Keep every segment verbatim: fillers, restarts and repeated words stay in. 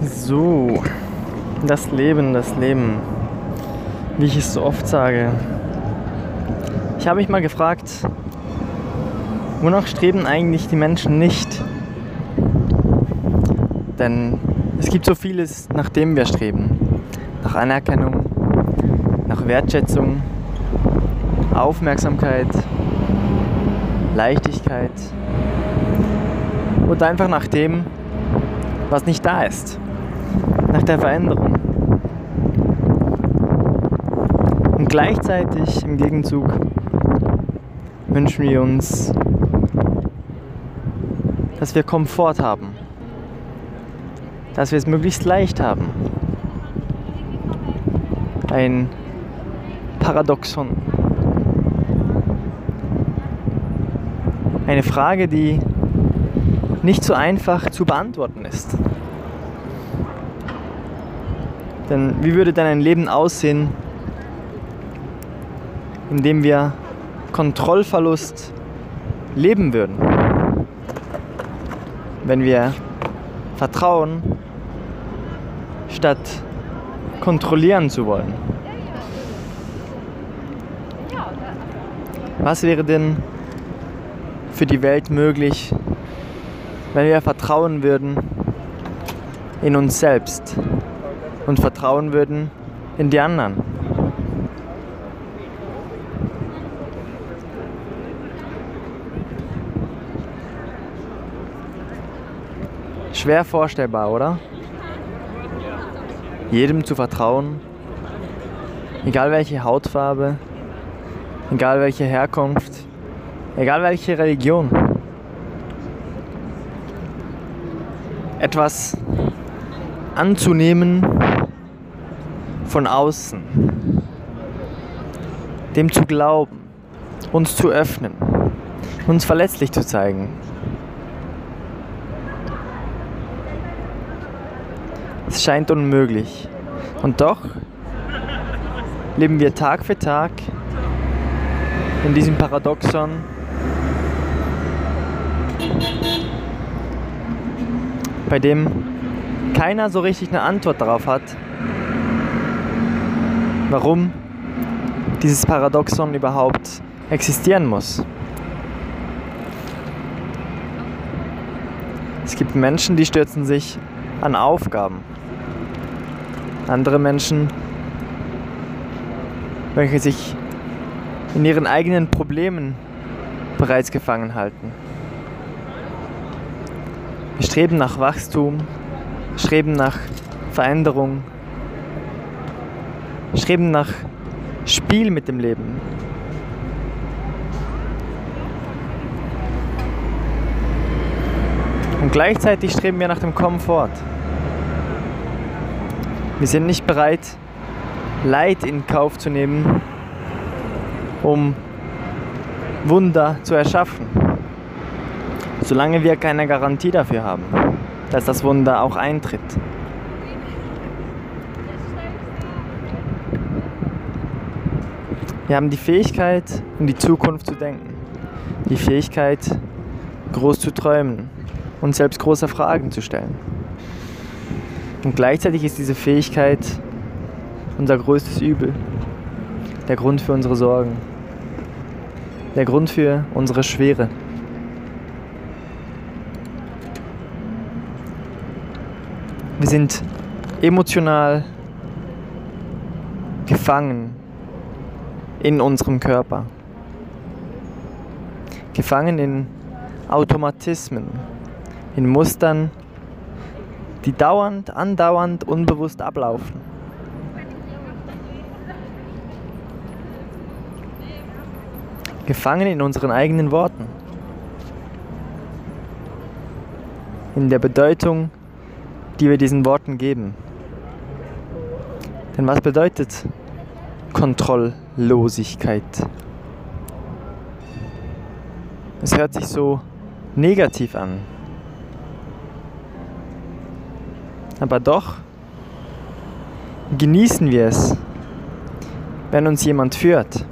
So, das Leben, das Leben, wie ich es so oft sage. Ich habe mich mal gefragt, wonach streben eigentlich die Menschen nicht? Denn es gibt so vieles, nach dem wir streben. Nach Anerkennung, nach Wertschätzung, Aufmerksamkeit, Leichtigkeit oder einfach nach dem, was nicht da ist. Nach der Veränderung. Und gleichzeitig im Gegenzug wünschen wir uns, dass wir Komfort haben. Dass wir es möglichst leicht haben. Ein Paradoxon. Eine Frage, die nicht so einfach zu beantworten ist. Denn wie würde denn ein Leben aussehen, in dem wir Kontrollverlust leben würden? Wenn wir vertrauen, statt kontrollieren zu wollen. Was wäre denn für die Welt möglich, wenn wir vertrauen würden in uns selbst und vertrauen würden in die anderen? Schwer vorstellbar, oder? Jedem zu vertrauen, egal welche Hautfarbe, egal welche Herkunft, egal welche Religion. Etwas anzunehmen von außen, dem zu glauben, uns zu öffnen, uns verletzlich zu zeigen. Es scheint unmöglich. Und doch leben wir Tag für Tag in diesem Paradoxon, bei dem keiner so richtig eine Antwort darauf hat, warum dieses Paradoxon überhaupt existieren muss. Es gibt Menschen, die stürzen sich an Aufgaben. Andere Menschen, welche sich in ihren eigenen Problemen bereits gefangen halten. Wir streben nach Wachstum, streben nach Veränderung, streben nach Spiel mit dem Leben. Und gleichzeitig streben wir nach dem Komfort. Wir sind nicht bereit, Leid in Kauf zu nehmen, um Wunder zu erschaffen. Solange wir keine Garantie dafür haben, dass das Wunder auch eintritt. Wir haben die Fähigkeit, in die Zukunft zu denken. Die Fähigkeit, groß zu träumen und selbst große Fragen zu stellen. Und gleichzeitig ist diese Fähigkeit unser größtes Übel, der Grund für unsere Sorgen, der Grund für unsere Schwere. Wir sind emotional gefangen in unserem Körper, gefangen in Automatismen, in Mustern, die dauernd, andauernd, unbewusst ablaufen. Gefangen in unseren eigenen Worten, in der Bedeutung, die wir diesen Worten geben. Denn was bedeutet Kontrolllosigkeit? Es hört sich so negativ an. Aber doch genießen wir es, wenn uns jemand führt.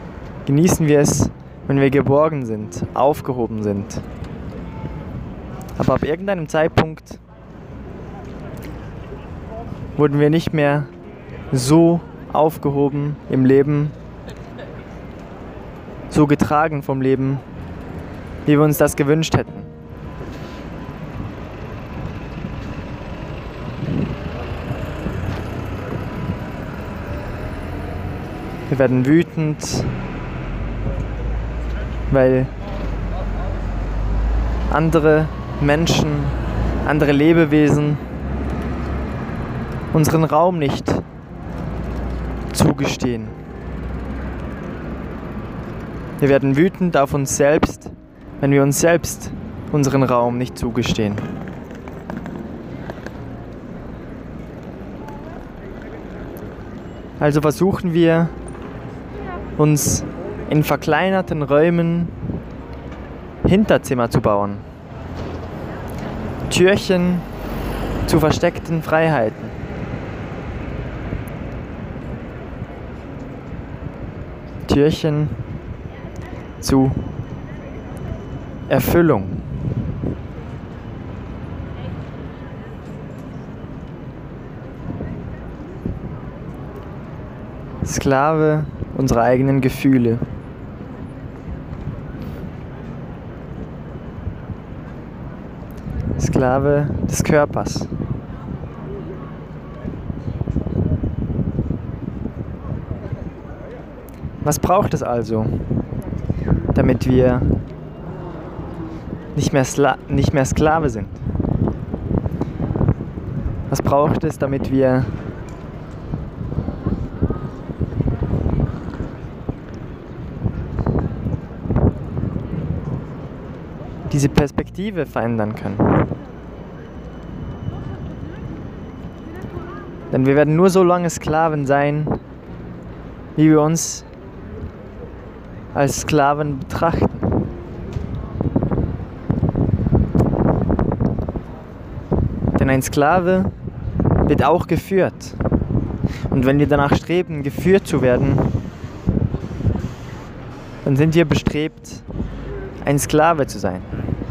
Genießen wir es, wenn wir geborgen sind, aufgehoben sind. Aber ab irgendeinem Zeitpunkt wurden wir nicht mehr so aufgehoben im Leben, so getragen vom Leben, wie wir uns das gewünscht hätten. Wir werden wütend, weil andere Menschen, andere Lebewesen unseren Raum nicht zugestehen. Wir werden wütend auf uns selbst, wenn wir uns selbst unseren Raum nicht zugestehen. Also versuchen wir, uns in verkleinerten Räumen Hinterzimmer zu bauen. Türchen zu versteckten Freiheiten. Türchen zu Erfüllung. Sklave unserer eigenen Gefühle. Sklave des Körpers. Was braucht es also, damit wir nicht mehr, Skla- nicht mehr Sklave sind? Was braucht es, damit wir diese Perspektive verändern können? Denn wir werden nur so lange Sklaven sein, wie wir uns als Sklaven betrachten. Denn ein Sklave wird auch geführt. Und wenn wir danach streben, geführt zu werden, dann sind wir bestrebt, ein Sklave zu sein.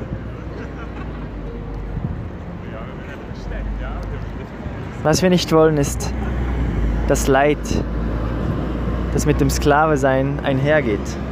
Was wir nicht wollen, ist das Leid, das mit dem Sklave-Sein einhergeht.